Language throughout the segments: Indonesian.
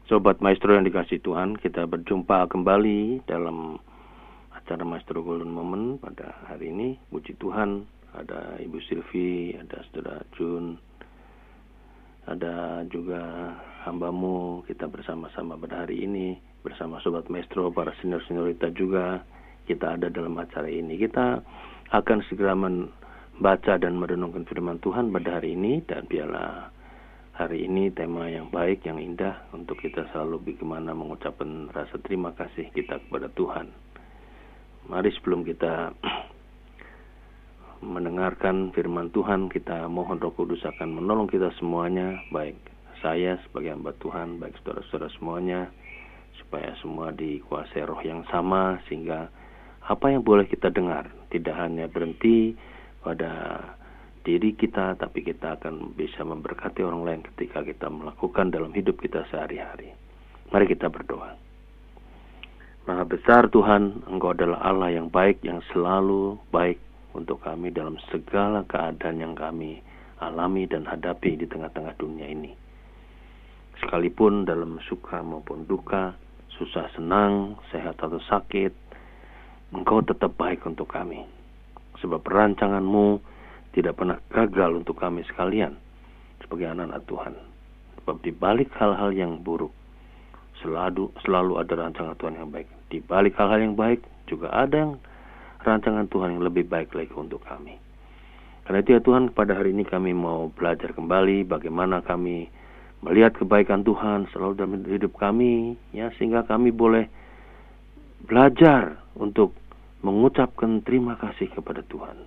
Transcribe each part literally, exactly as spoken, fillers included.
Sobat Maestro yang dikasih Tuhan, kita berjumpa kembali dalam acara Maestro Golden Moment pada hari ini. Puji Tuhan, ada Ibu Silvi, ada Saudara Jun, ada juga hambamu. Kita bersama-sama pada hari ini, bersama Sobat Maestro, para senior-seniorita juga. Kita ada dalam acara ini. Kita akan segera membaca dan merenungkan firman Tuhan pada hari ini, dan biarlah hari ini tema yang baik, yang indah untuk kita selalu bagaimana mengucapkan rasa terima kasih kita kepada Tuhan. Mari sebelum kita mendengarkan firman Tuhan, kita mohon Roh Kudus akan menolong kita semuanya, baik saya sebagai hamba Tuhan, baik saudara-saudara semuanya, supaya semua dikuasai roh yang sama, sehingga apa yang boleh kita dengar tidak hanya berhenti pada diri kita, tapi kita akan bisa memberkati orang lain ketika kita melakukan dalam hidup kita sehari-hari. Mari kita berdoa. Maha besar Tuhan, Engkau adalah Allah yang baik, yang selalu baik untuk kami dalam segala keadaan yang kami alami dan hadapi di tengah-tengah dunia ini. Sekalipun dalam suka maupun duka, susah senang, sehat atau sakit, Engkau tetap baik untuk kami. Sebab rancangan-Mu tidak pernah gagal untuk kami sekalian sebagai anak-anak Tuhan. Sebab di balik hal-hal yang buruk selalu selalu ada rancangan Tuhan yang baik. Di balik hal-hal yang baik juga ada yang rancangan Tuhan yang lebih baik lagi untuk kami. Karena itu ya Tuhan, pada hari ini kami mau belajar kembali bagaimana kami melihat kebaikan Tuhan selalu dalam hidup kami, ya, sehingga kami boleh belajar untuk mengucapkan terima kasih kepada Tuhan.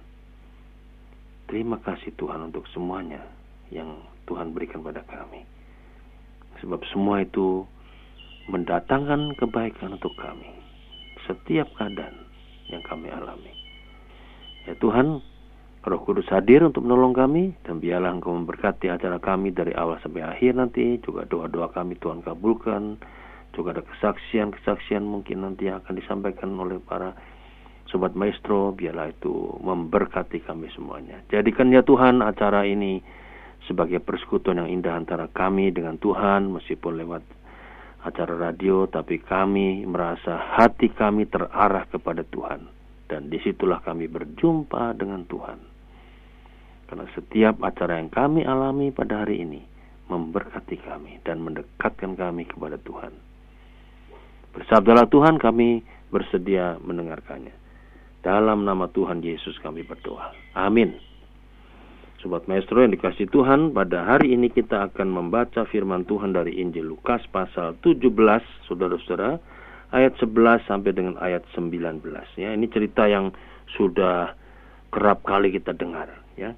Terima kasih Tuhan untuk semuanya yang Tuhan berikan pada kami. Sebab semua itu mendatangkan kebaikan untuk kami setiap keadaan yang kami alami. Ya Tuhan, Roh Kudus hadir untuk menolong kami, dan biarlah Engkau memberkati acara kami dari awal sampai akhir nanti. Juga doa-doa kami Tuhan kabulkan. Juga ada kesaksian-kesaksian mungkin nanti yang akan disampaikan oleh para Sobat Maestro, biarlah itu memberkati kami semuanya. Jadikan ya Tuhan acara ini sebagai persekutuan yang indah antara kami dengan Tuhan, meskipun lewat acara radio, tapi kami merasa hati kami terarah kepada Tuhan. Dan disitulah kami berjumpa dengan Tuhan. Karena setiap acara yang kami alami pada hari ini memberkati kami dan mendekatkan kami kepada Tuhan. Bersabdalah Tuhan, kami bersedia mendengarkannya. Dalam nama Tuhan Yesus kami berdoa. Amin. Sobat Maestro yang dikasih Tuhan, pada hari ini kita akan membaca firman Tuhan dari Injil Lukas pasal tujuh belas, saudara-saudara, ayat sebelas sampai dengan ayat sembilan belas. Ya, ini cerita yang sudah kerap kali kita dengar. Ya.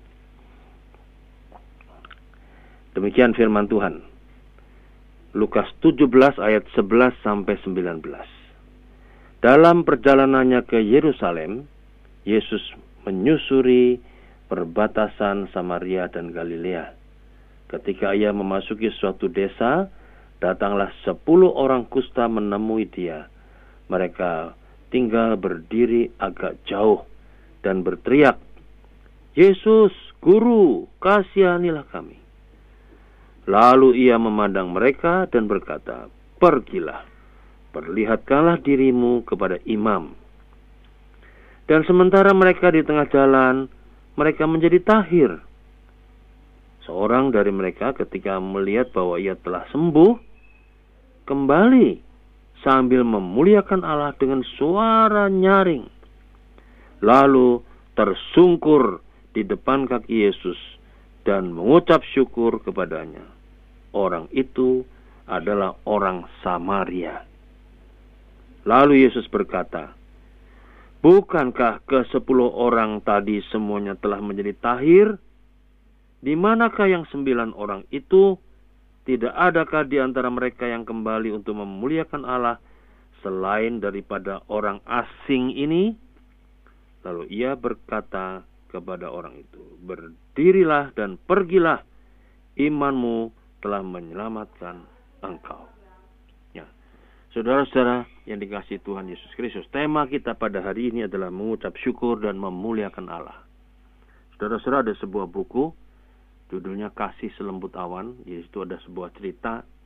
Demikian firman Tuhan. Lukas tujuh belas ayat sebelas sampai sembilan belas. Dalam perjalanannya ke Yerusalem, Yesus menyusuri perbatasan Samaria dan Galilea. Ketika ia memasuki suatu desa, datanglah sepuluh orang kusta menemui dia. Mereka tinggal berdiri agak jauh dan berteriak, "Yesus, Guru, kasihanilah kami." Lalu ia memandang mereka dan berkata, "Pergilah, perlihatkanlah dirimu kepada imam." Dan sementara mereka di tengah jalan, mereka menjadi tahir. Seorang dari mereka ketika melihat bahwa ia telah sembuh, kembali sambil memuliakan Allah dengan suara nyaring. Lalu tersungkur di depan kaki Yesus dan mengucap syukur kepadanya. Orang itu adalah orang Samaria. Lalu Yesus berkata, "Bukankah ke sepuluh orang tadi semuanya telah menjadi tahir? Di manakah yang sembilan orang itu? Tidak adakah di antara mereka yang kembali untuk memuliakan Allah selain daripada orang asing ini?" Lalu ia berkata kepada orang itu, "Berdirilah dan pergilah, imanmu telah menyelamatkan engkau." Ya. Saudara-saudara yang dikasihi Tuhan Yesus Kristus, tema kita pada hari ini adalah mengucap syukur dan memuliakan Allah. Saudara-saudara, ada sebuah buku, judulnya Kasih Selembut Awan. Di situ ada sebuah cerita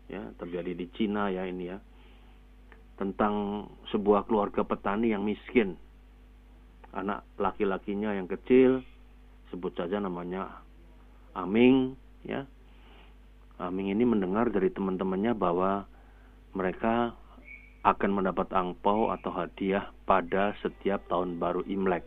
ya, terjadi di Cina ya ini ya, tentang sebuah keluarga petani yang miskin. Anak laki-lakinya yang kecil, sebut saja namanya Aming, ya. Aming ini mendengar dari teman-temannya bahwa mereka akan mendapat angpau atau hadiah pada setiap tahun baru Imlek.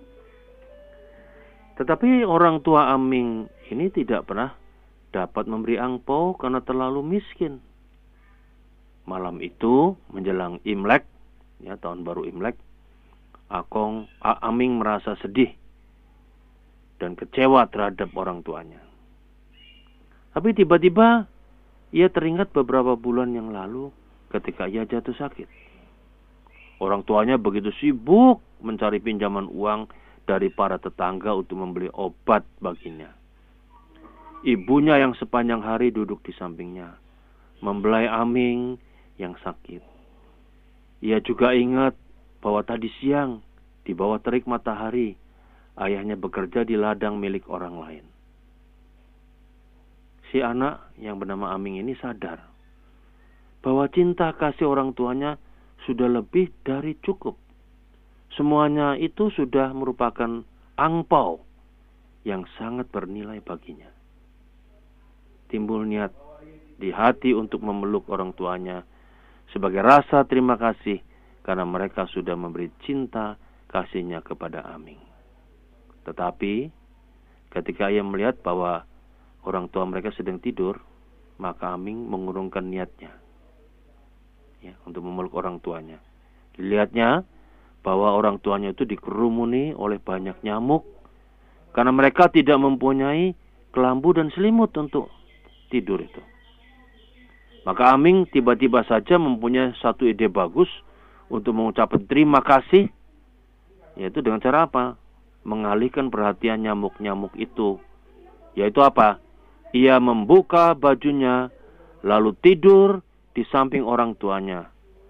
Tetapi orang tua Aming ini tidak pernah dapat memberi angpau karena terlalu miskin. Malam itu menjelang Imlek, ya tahun baru Imlek, Akong Aming merasa sedih dan kecewa terhadap orang tuanya. Tapi tiba-tiba ia teringat beberapa bulan yang lalu ketika ia jatuh sakit. Orang tuanya begitu sibuk mencari pinjaman uang dari para tetangga untuk membeli obat baginya. Ibunya yang sepanjang hari duduk di sampingnya, membelai Aming yang sakit. Ia juga ingat bahwa tadi siang di bawah terik matahari ayahnya bekerja di ladang milik orang lain. Si anak yang bernama Aming ini sadar bahwa cinta kasih orang tuanya sudah lebih dari cukup. Semuanya itu sudah merupakan angpau yang sangat bernilai baginya. Timbul niat di hati untuk memeluk orang tuanya sebagai rasa terima kasih karena mereka sudah memberi cinta kasihnya kepada Aming. Tetapi ketika ia melihat bahwa orang tua mereka sedang tidur, maka Aming mengurungkan niatnya, ya, untuk memeluk orang tuanya. Dilihatnya bahwa orang tuanya itu dikerumuni oleh banyak nyamuk karena mereka tidak mempunyai kelambu dan selimut untuk tidur itu. Maka Aming tiba-tiba saja mempunyai satu ide bagus untuk mengucapkan terima kasih, yaitu dengan cara apa? Mengalihkan perhatian nyamuk-nyamuk itu. Yaitu apa? Ia membuka bajunya lalu tidur di samping orang tuanya,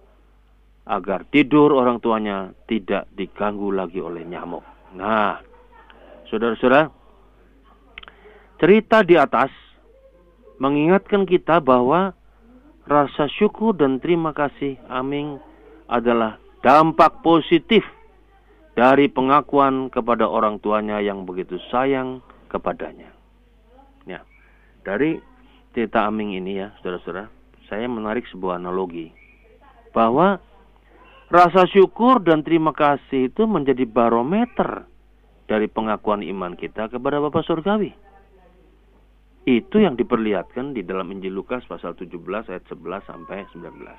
agar tidur orang tuanya tidak diganggu lagi oleh nyamuk. Nah, saudara-saudara, cerita di atas mengingatkan kita bahwa rasa syukur dan terima kasih Aming adalah dampak positif dari pengakuan kepada orang tuanya yang begitu sayang kepadanya. Ya, dari cerita Aming ini ya, saudara-saudara, saya menarik sebuah analogi bahwa rasa syukur dan terima kasih itu menjadi barometer dari pengakuan iman kita kepada Bapa Surgawi. Itu yang diperlihatkan di dalam Injil Lukas pasal tujuh belas ayat sebelas sampai sembilan belas.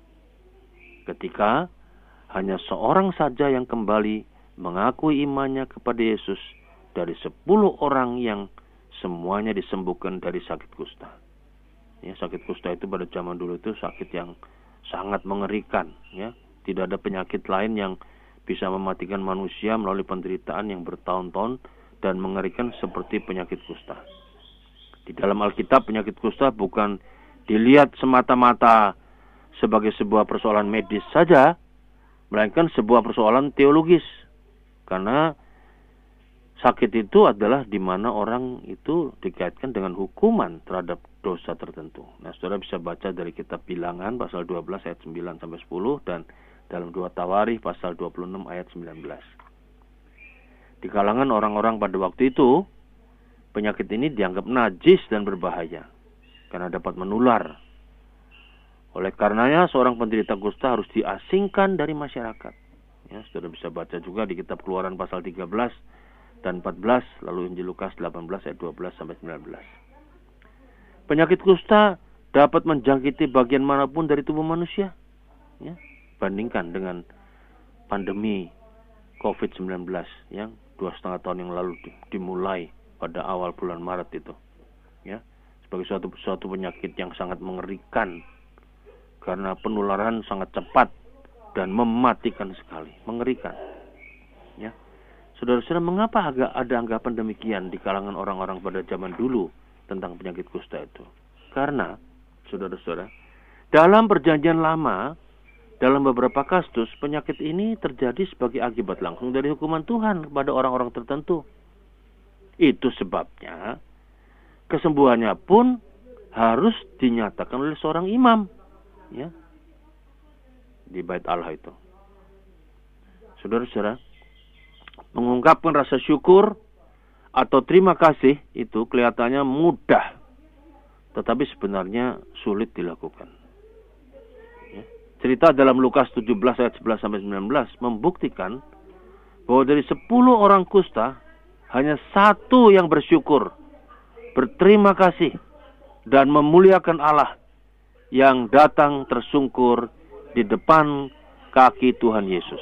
Ketika hanya seorang saja yang kembali mengakui imannya kepada Yesus dari sepuluh orang yang semuanya disembuhkan dari sakit kusta. Ya, sakit kusta itu pada zaman dulu itu sakit yang sangat mengerikan. Ya, tidak ada penyakit lain yang bisa mematikan manusia melalui penderitaan yang bertahun-tahun dan mengerikan seperti penyakit kusta. Di dalam Alkitab penyakit kusta bukan dilihat semata-mata sebagai sebuah persoalan medis saja, melainkan sebuah persoalan teologis. Karena sakit itu adalah di mana orang itu dikaitkan dengan hukuman terhadap dosa tertentu. Nah, saudara bisa baca dari kitab Bilangan pasal dua belas ayat sembilan sampai sepuluh dan dalam dua Tawarikh pasal dua puluh enam ayat sembilan belas. Di kalangan orang-orang pada waktu itu, penyakit ini dianggap najis dan berbahaya karena dapat menular. Oleh karenanya seorang penderita kusta harus diasingkan dari masyarakat. Ya, saudara bisa baca juga di kitab Keluaran pasal tiga belas dan empat belas, lalu Injil Lukas delapan belas ayat dua belas sampai sembilan belas. Penyakit kusta dapat menjangkiti bagian manapun dari tubuh manusia. Ya, bandingkan dengan pandemi covid sembilan belas yang dua setengah tahun yang lalu dimulai pada awal bulan Maret itu, ya, sebagai suatu suatu penyakit yang sangat mengerikan karena penularan sangat cepat dan mematikan sekali, mengerikan. Ya, saudara-saudara, mengapa agak ada anggapan demikian di kalangan orang-orang pada zaman dulu tentang penyakit kusta itu? Karena, saudara-saudara, dalam Perjanjian Lama, dalam beberapa kasus penyakit ini terjadi sebagai akibat langsung dari hukuman Tuhan kepada orang-orang tertentu. Itu sebabnya kesembuhannya pun harus dinyatakan oleh seorang imam, ya, di bait Allah itu. Saudara-saudara, mengungkapkan rasa syukur atau terima kasih itu kelihatannya mudah, tetapi sebenarnya sulit dilakukan. Ya. Cerita dalam Lukas tujuh belas ayat sebelas sampai sembilan belas membuktikan bahwa dari sepuluh orang kusta hanya satu yang bersyukur, berterima kasih, dan memuliakan Allah yang datang tersungkur di depan kaki Tuhan Yesus.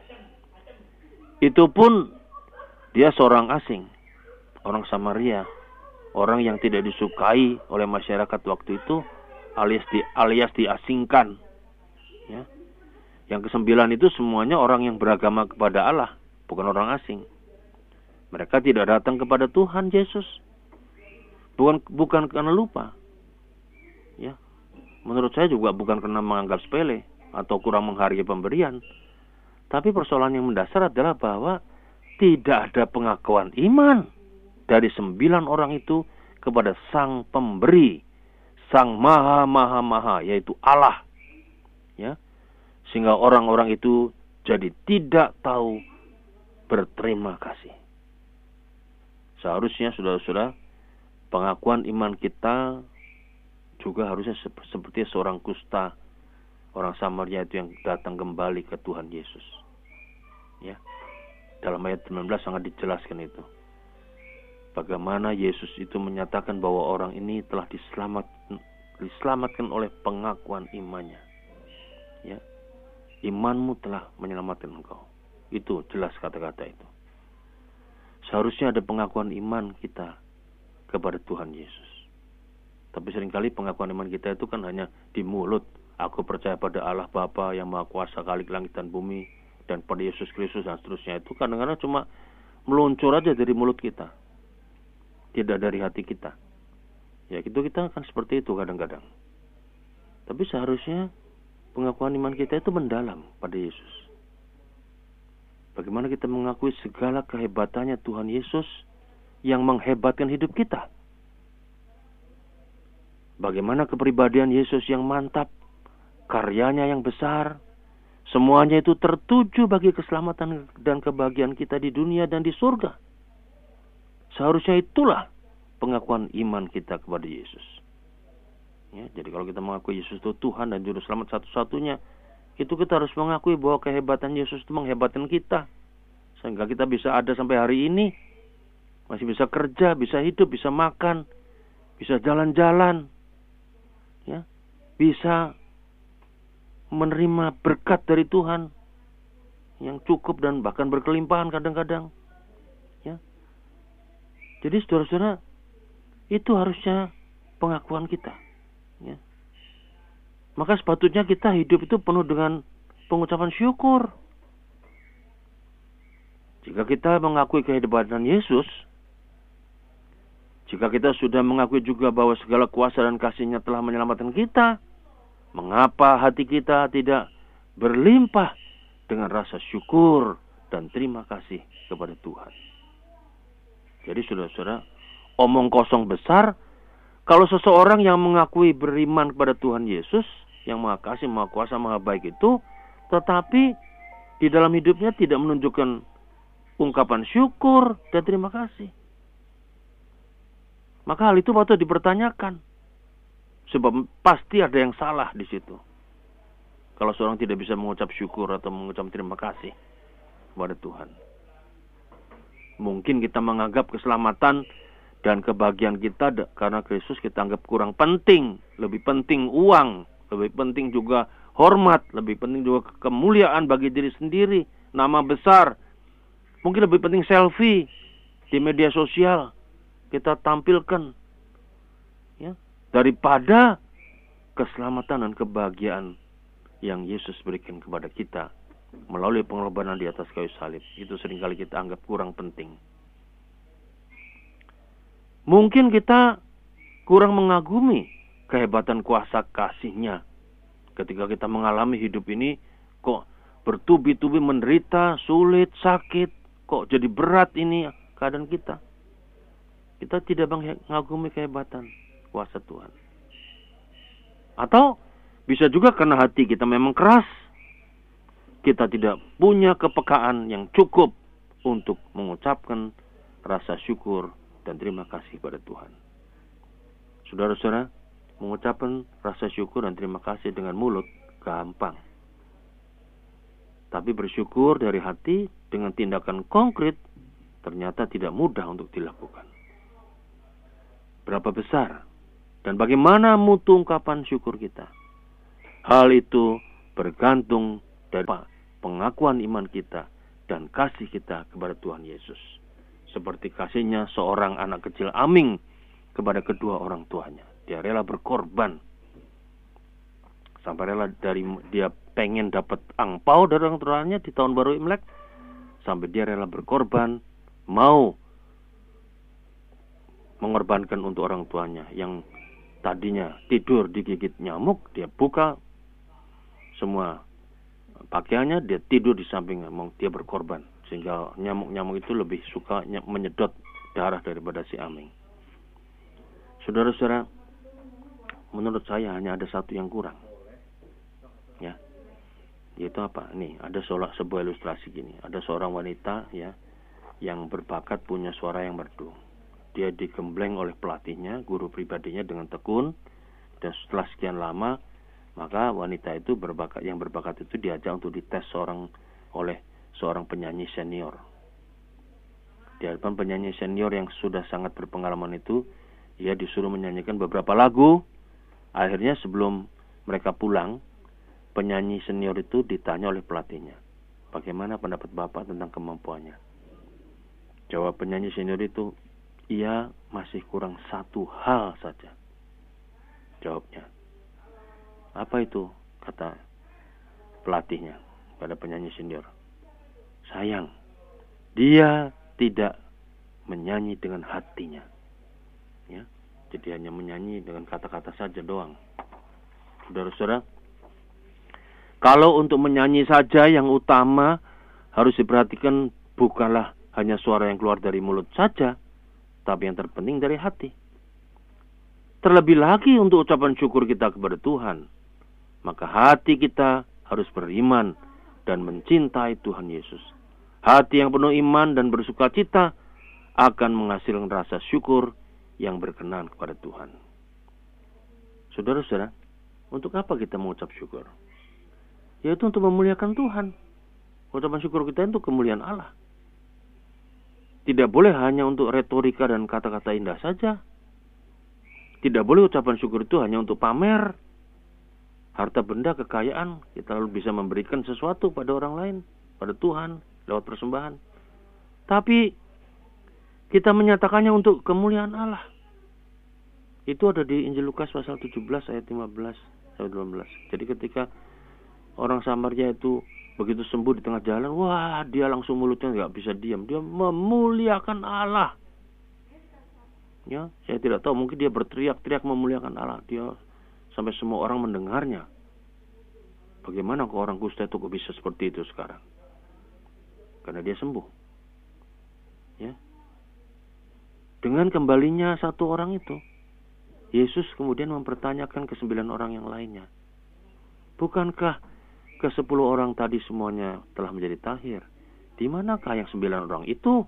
Itu pun dia seorang asing, orang Samaria, orang yang tidak disukai oleh masyarakat waktu itu, alias di alias diasingkan. Ya. Yang kesembilan itu semuanya orang yang beragama kepada Allah, bukan orang asing. Mereka tidak datang kepada Tuhan Yesus, bukan bukan karena lupa. Ya, menurut saya juga bukan karena menganggap sepele atau kurang menghargai pemberian. Tapi persoalan yang mendasar adalah bahwa tidak ada pengakuan iman dari sembilan orang itu kepada Sang Pemberi, Sang Maha Maha Maha, yaitu Allah. Ya, sehingga orang-orang itu jadi tidak tahu berterima kasih. Seharusnya saudara-saudara, pengakuan iman kita juga harusnya seperti seorang kusta, orang Samaria itu yang datang kembali ke Tuhan Yesus. Ya, dalam ayat sembilan belas sangat dijelaskan itu. Bagaimana Yesus itu menyatakan bahwa orang ini telah diselamatkan, diselamatkan oleh pengakuan imannya. Ya, imanmu telah menyelamatkan engkau. Itu jelas kata-kata itu. Seharusnya ada pengakuan iman kita kepada Tuhan Yesus. Tapi seringkali pengakuan iman kita itu kan hanya di mulut. Aku percaya pada Allah Bapa yang Maha Kuasa, Khalik langit dan bumi, dan pada Yesus Kristus dan seterusnya. Itu kadang-kadang cuma meluncur aja dari mulut kita, tidak dari hati kita. Ya, itu kita akan seperti itu kadang-kadang. Tapi seharusnya pengakuan iman kita itu mendalam pada Yesus. Bagaimana kita mengakui segala kehebatannya Tuhan Yesus yang menghebatkan hidup kita. Bagaimana kepribadian Yesus yang mantap, karyanya yang besar, semuanya itu tertuju bagi keselamatan dan kebahagiaan kita di dunia dan di surga. Seharusnya itulah pengakuan iman kita kepada Yesus. Ya, jadi kalau kita mengakui Yesus itu Tuhan dan Juru Selamat satu-satunya, itu kita harus mengakui bahwa kehebatan Yesus itu menghebatkan kita. Sehingga kita bisa ada sampai hari ini, masih bisa kerja, bisa hidup, bisa makan, bisa jalan-jalan, ya, bisa menerima berkat dari Tuhan yang cukup dan bahkan berkelimpahan kadang-kadang. Ya. Jadi saudara-saudara, itu harusnya pengakuan kita. Ya. Maka sepatutnya kita hidup itu penuh dengan pengucapan syukur. Jika kita mengakui kehebatan Yesus, jika kita sudah mengakui juga bahwa segala kuasa dan kasih-Nya telah menyelamatkan kita, mengapa hati kita tidak berlimpah dengan rasa syukur dan terima kasih kepada Tuhan? Jadi saudara-saudara, omong kosong besar kalau seseorang yang mengakui beriman kepada Tuhan Yesus, yang Maha Kasih, Maha Kuasa, Maha Baik itu, tetapi di dalam hidupnya tidak menunjukkan ungkapan syukur dan terima kasih, maka hal itu patut dipertanyakan. Sebab pasti ada yang salah di situ. Kalau seorang tidak bisa mengucap syukur atau mengucap terima kasih kepada Tuhan. Mungkin kita menganggap keselamatan dan kebahagiaan kita karena Kristus kita anggap kurang penting. Lebih penting uang, lebih penting juga hormat, lebih penting juga kemuliaan bagi diri sendiri, nama besar. Mungkin lebih penting selfie di media sosial kita tampilkan, ya, daripada keselamatan dan kebahagiaan yang Yesus berikan kepada kita melalui pengorbanan di atas kayu salib. Itu seringkali kita anggap kurang penting. Mungkin kita kurang mengagumi kehebatan kuasa kasih-Nya ketika kita mengalami hidup ini kok bertubi-tubi menderita, sulit, sakit, kok jadi berat ini keadaan kita. Kita tidak mengagumi kehebatan kuasa Tuhan. Atau bisa juga karena hati kita memang keras. Kita tidak punya kepekaan yang cukup untuk mengucapkan rasa syukur dan terima kasih pada Tuhan. Saudara-saudara, mengucapkan rasa syukur dan terima kasih dengan mulut gampang. Tapi bersyukur dari hati dengan tindakan konkret ternyata tidak mudah untuk dilakukan. Berapa besar dan bagaimana mutu ungkapan syukur kita? Hal itu bergantung dari pengakuan iman kita dan kasih kita kepada Tuhan Yesus. Seperti kasihnya seorang anak kecil Aming kepada kedua orang tuanya. Dia rela berkorban. Sampai rela dari dia pengen dapat angpau dari orang tuanya di tahun baru Imlek. Sampai dia rela berkorban. Mau mengorbankan untuk orang tuanya. Yang tadinya tidur digigit nyamuk. Dia buka semua pakaiannya. Dia tidur di samping nyamuk. Dia berkorban. Sehingga nyamuk-nyamuk itu lebih suka menyedot darah daripada si Aming. Saudara-saudara, menurut saya hanya ada satu yang kurang. Ya. Yaitu apa? Nih, ada seolah, sebuah ilustrasi gini. Ada seorang wanita ya yang berbakat punya suara yang merdu. Dia digembleng oleh pelatihnya, guru pribadinya dengan tekun. Dan setelah sekian lama, maka wanita itu berbakat yang berbakat itu diajak untuk dites seorang oleh seorang penyanyi senior. Di hadapan penyanyi senior yang sudah sangat berpengalaman itu, ia disuruh menyanyikan beberapa lagu. Akhirnya sebelum mereka pulang, penyanyi senior itu ditanya oleh pelatihnya, bagaimana pendapat Bapak tentang kemampuannya? Jawab penyanyi senior itu, ia masih kurang satu hal saja. Jawabnya, apa itu? Kata pelatihnya pada penyanyi senior, sayang, dia tidak menyanyi dengan hatinya. Ya, jadi hanya menyanyi dengan kata-kata saja doang. Saudara-saudara, kalau untuk menyanyi saja yang utama harus diperhatikan bukanlah hanya suara yang keluar dari mulut saja, tapi yang terpenting dari hati. Terlebih lagi untuk ucapan syukur kita kepada Tuhan, maka hati kita harus beriman dan mencintai Tuhan Yesus. Hati yang penuh iman dan bersukacita akan menghasilkan rasa syukur yang berkenan kepada Tuhan. Saudara-saudara, untuk apa kita mengucap syukur? Yaitu untuk memuliakan Tuhan. Ucapan syukur kita untuk kemuliaan Allah. Tidak boleh hanya untuk retorika dan kata-kata indah saja. Tidak boleh ucapan syukur itu hanya untuk pamer harta benda, kekayaan. Kita lalu bisa memberikan sesuatu pada orang lain, pada Tuhan, lewat persembahan. Tapi kita menyatakannya untuk kemuliaan Allah. Itu ada di Injil Lukas pasal tujuh belas ayat lima belas sampai dua belas. Jadi ketika orang Samaria itu begitu sembuh di tengah jalan, wah, dia langsung mulutnya nggak bisa diam. Dia memuliakan Allah. Ya, saya tidak tahu, mungkin dia berteriak-teriak memuliakan Allah. Dia sampai semua orang mendengarnya. Bagaimana kok orang kusta itu kok bisa seperti itu sekarang? Karena dia sembuh. Ya. Dengan kembalinya satu orang itu, Yesus kemudian mempertanyakan kesembilan orang yang lainnya. Bukankah ke sepuluh orang tadi semuanya telah menjadi tahir? Di manakah yang sembilan orang itu?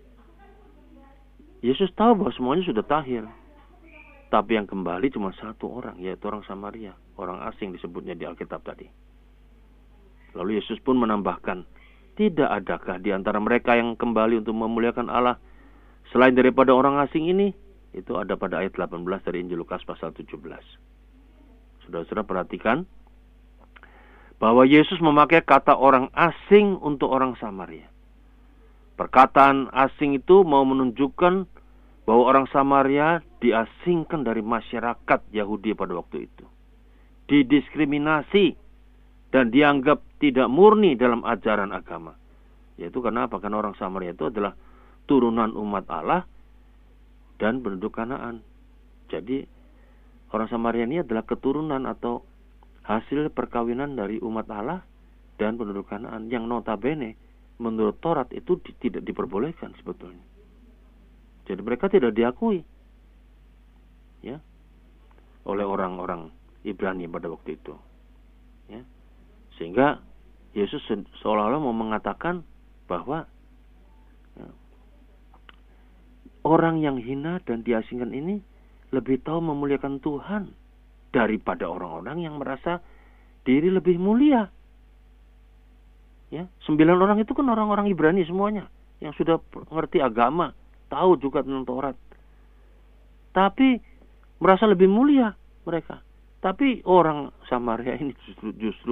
Yesus tahu bahwa semuanya sudah tahir. Tapi yang kembali cuma satu orang, yaitu orang Samaria. Orang asing disebutnya di Alkitab tadi. Lalu Yesus pun menambahkan, tidak adakah di antara mereka yang kembali untuk memuliakan Allah selain daripada orang asing ini? Itu ada pada ayat delapan belas dari Injil Lukas pasal tujuh belas. Saudara-saudara perhatikan bahwa Yesus memakai kata orang asing untuk orang Samaria. Perkataan asing itu mau menunjukkan bahwa orang Samaria diasingkan dari masyarakat Yahudi pada waktu itu. Didiskriminasi dan dianggap tidak murni dalam ajaran agama. Yaitu karena apa? Karena orang Samaria itu adalah turunan umat Allah dan penduduk Kanaan. Jadi orang Samaria ini adalah keturunan atau hasil perkawinan dari umat Allah dan penduduk Kanaan yang notabene menurut Taurat itu di, tidak diperbolehkan sebetulnya. Jadi mereka tidak diakui ya oleh orang-orang Ibrani pada waktu itu. Ya. Sehingga Yesus seolah-olah mau mengatakan bahwa ya, orang yang hina dan diasingkan ini lebih tahu memuliakan Tuhan daripada orang-orang yang merasa diri lebih mulia. Ya, sembilan orang itu kan orang-orang Ibrani semuanya yang sudah ngerti agama, tahu juga tentang Taurat. Tapi merasa lebih mulia mereka. Tapi orang Samaria ini justru, justru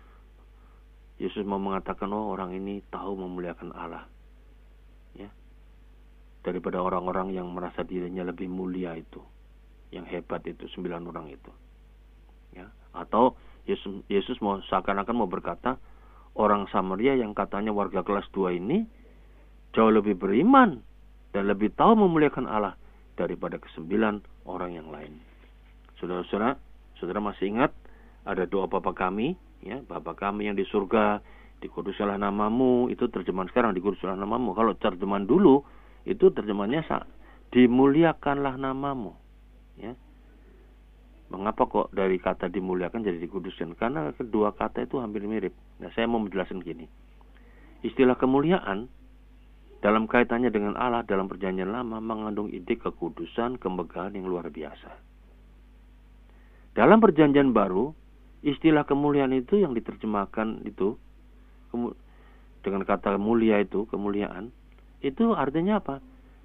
Yesus mau mengatakan, oh orang ini tahu memuliakan Allah. Ya. Daripada orang-orang yang merasa dirinya lebih mulia itu. Yang hebat itu, sembilan orang itu. Ya. Atau Yesus, Yesus mau seakan-akan mau berkata, orang Samaria yang katanya warga kelas dua ini jauh lebih beriman dan lebih tahu memuliakan Allah daripada kesembilan orang yang lain. Saudara-saudara, saudara masih ingat ada doa Bapa kami, ya, Bapa kami yang di surga, dikuduskanlah namamu, itu terjemahan sekarang, dikuduskanlah namamu. Kalau terjemahan dulu itu terjemahannya dimuliakanlah namamu, ya. Mengapa kok dari kata dimuliakan jadi dikuduskan? Karena kedua kata itu hampir mirip. Nah, saya mau menjelaskan gini. Istilah kemuliaan dalam kaitannya dengan Allah dalam perjanjian lama mengandung ide kekudusan, kemegahan yang luar biasa. Dalam perjanjian baru, istilah kemuliaan itu yang diterjemahkan itu dengan kata mulia itu, kemuliaan, itu artinya apa?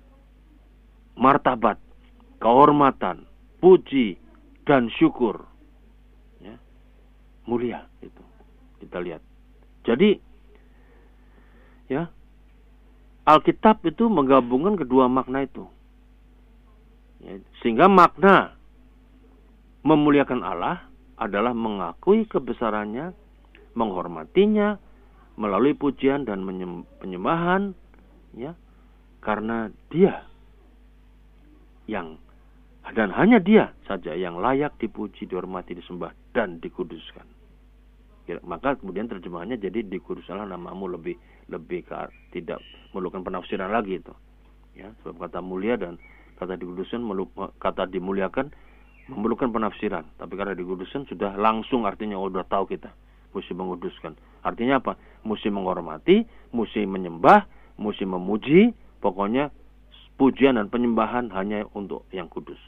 Martabat, kehormatan, puji, dan syukur. Ya. Mulia itu. Kita lihat. Jadi ya, Alkitab itu menggabungkan kedua makna itu. Ya, sehingga makna memuliakan Allah adalah mengakui kebesarannya, menghormatinya melalui pujian dan penyembahan, ya, karena Dia yang dan hanya Dia saja yang layak dipuji, dihormati, disembah, dan dikuduskan. Ya, maka kemudian terjemahannya jadi dikuduskanlah namamu, lebih lebih ke, tidak memerlukan penafsiran lagi itu. Ya, sebab kata mulia dan kata dikuduskan, kata dimuliakan memerlukan penafsiran. Tapi karena dikuduskan sudah langsung artinya, oh, sudah tahu kita mesti menguduskan. Artinya apa? Mesti menghormati, mesti menyembah, mesti memuji, pokoknya pujian dan penyembahan hanya untuk yang kudus.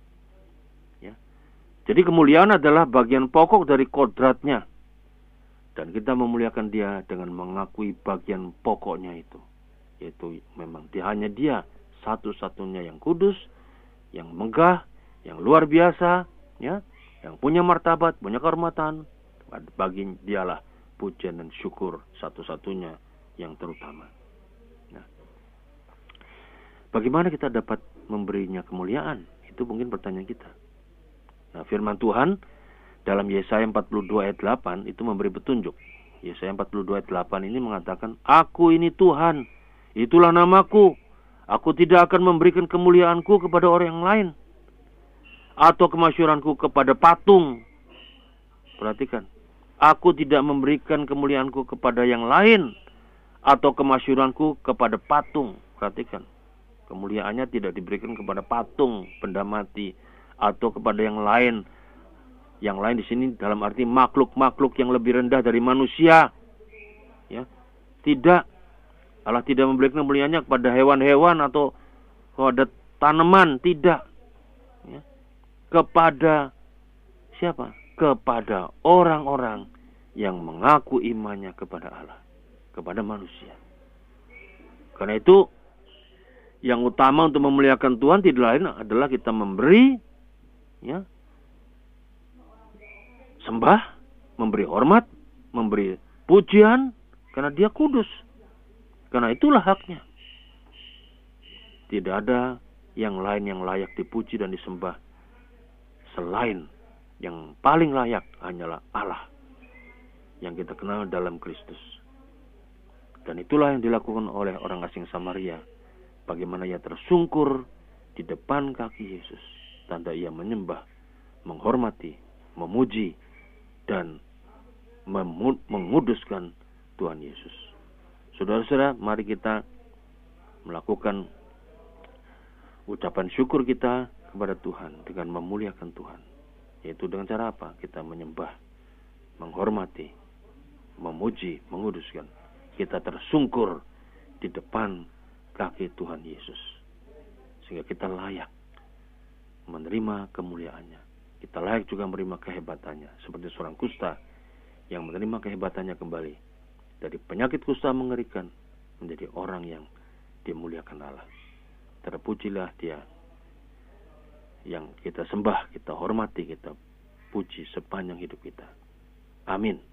Jadi kemuliaan adalah bagian pokok dari kodratnya. Dan kita memuliakan Dia dengan mengakui bagian pokoknya itu. Yaitu memang dia, hanya Dia satu-satunya yang kudus, yang megah, yang luar biasa, ya, yang punya martabat, punya kehormatan. Bagi Dialah pujian dan syukur satu-satunya yang terutama. Nah, bagaimana kita dapat memberinya kemuliaan? Itu mungkin pertanyaan kita. Nah, firman Tuhan dalam Yesaya empat puluh dua ayat delapan itu memberi petunjuk. Yesaya empat puluh dua ayat delapan ini mengatakan, Aku ini Tuhan, itulah namaku. Aku tidak akan memberikan kemuliaanku kepada orang yang lain, atau kemasyhuranku kepada patung. Perhatikan, aku tidak memberikan kemuliaanku kepada yang lain, atau kemasyhuranku kepada patung. Perhatikan, kemuliaannya tidak diberikan kepada patung, benda mati, atau kepada yang lain. Yang lain di sini dalam arti makhluk-makhluk yang lebih rendah dari manusia. Ya. Tidak. Allah tidak memberikan kemuliaannya kepada hewan-hewan atau kepada tanaman. Tidak. Ya. Kepada siapa? Kepada orang-orang yang mengaku imannya kepada Allah. Kepada manusia. Karena itu, yang utama untuk memuliakan Tuhan tidak lain adalah kita memberi, ya, sembah, memberi hormat, memberi pujian, karena Dia kudus. Karena itulah haknya. Tidak ada yang lain yang layak dipuji dan disembah selain yang paling layak hanyalah Allah yang kita kenal dalam Kristus. Dan itulah yang dilakukan oleh orang asing Samaria. Bagaimana ia tersungkur di depan kaki Yesus. Tanda ia menyembah, menghormati, memuji, dan menguduskan Tuhan Yesus. Saudara-saudara, mari kita melakukan ucapan syukur kita kepada Tuhan dengan memuliakan Tuhan. Yaitu dengan cara apa? Kita menyembah, menghormati, memuji, menguduskan. Kita tersungkur di depan kaki Tuhan Yesus, sehingga kita layak menerima kemuliaannya. Kita layak juga menerima kehebatannya, seperti seorang kusta yang menerima kehebatannya kembali dari penyakit kusta mengerikan menjadi orang yang dimuliakan Allah. Terpujilah Dia yang kita sembah, kita hormati, kita puji sepanjang hidup kita. Amin.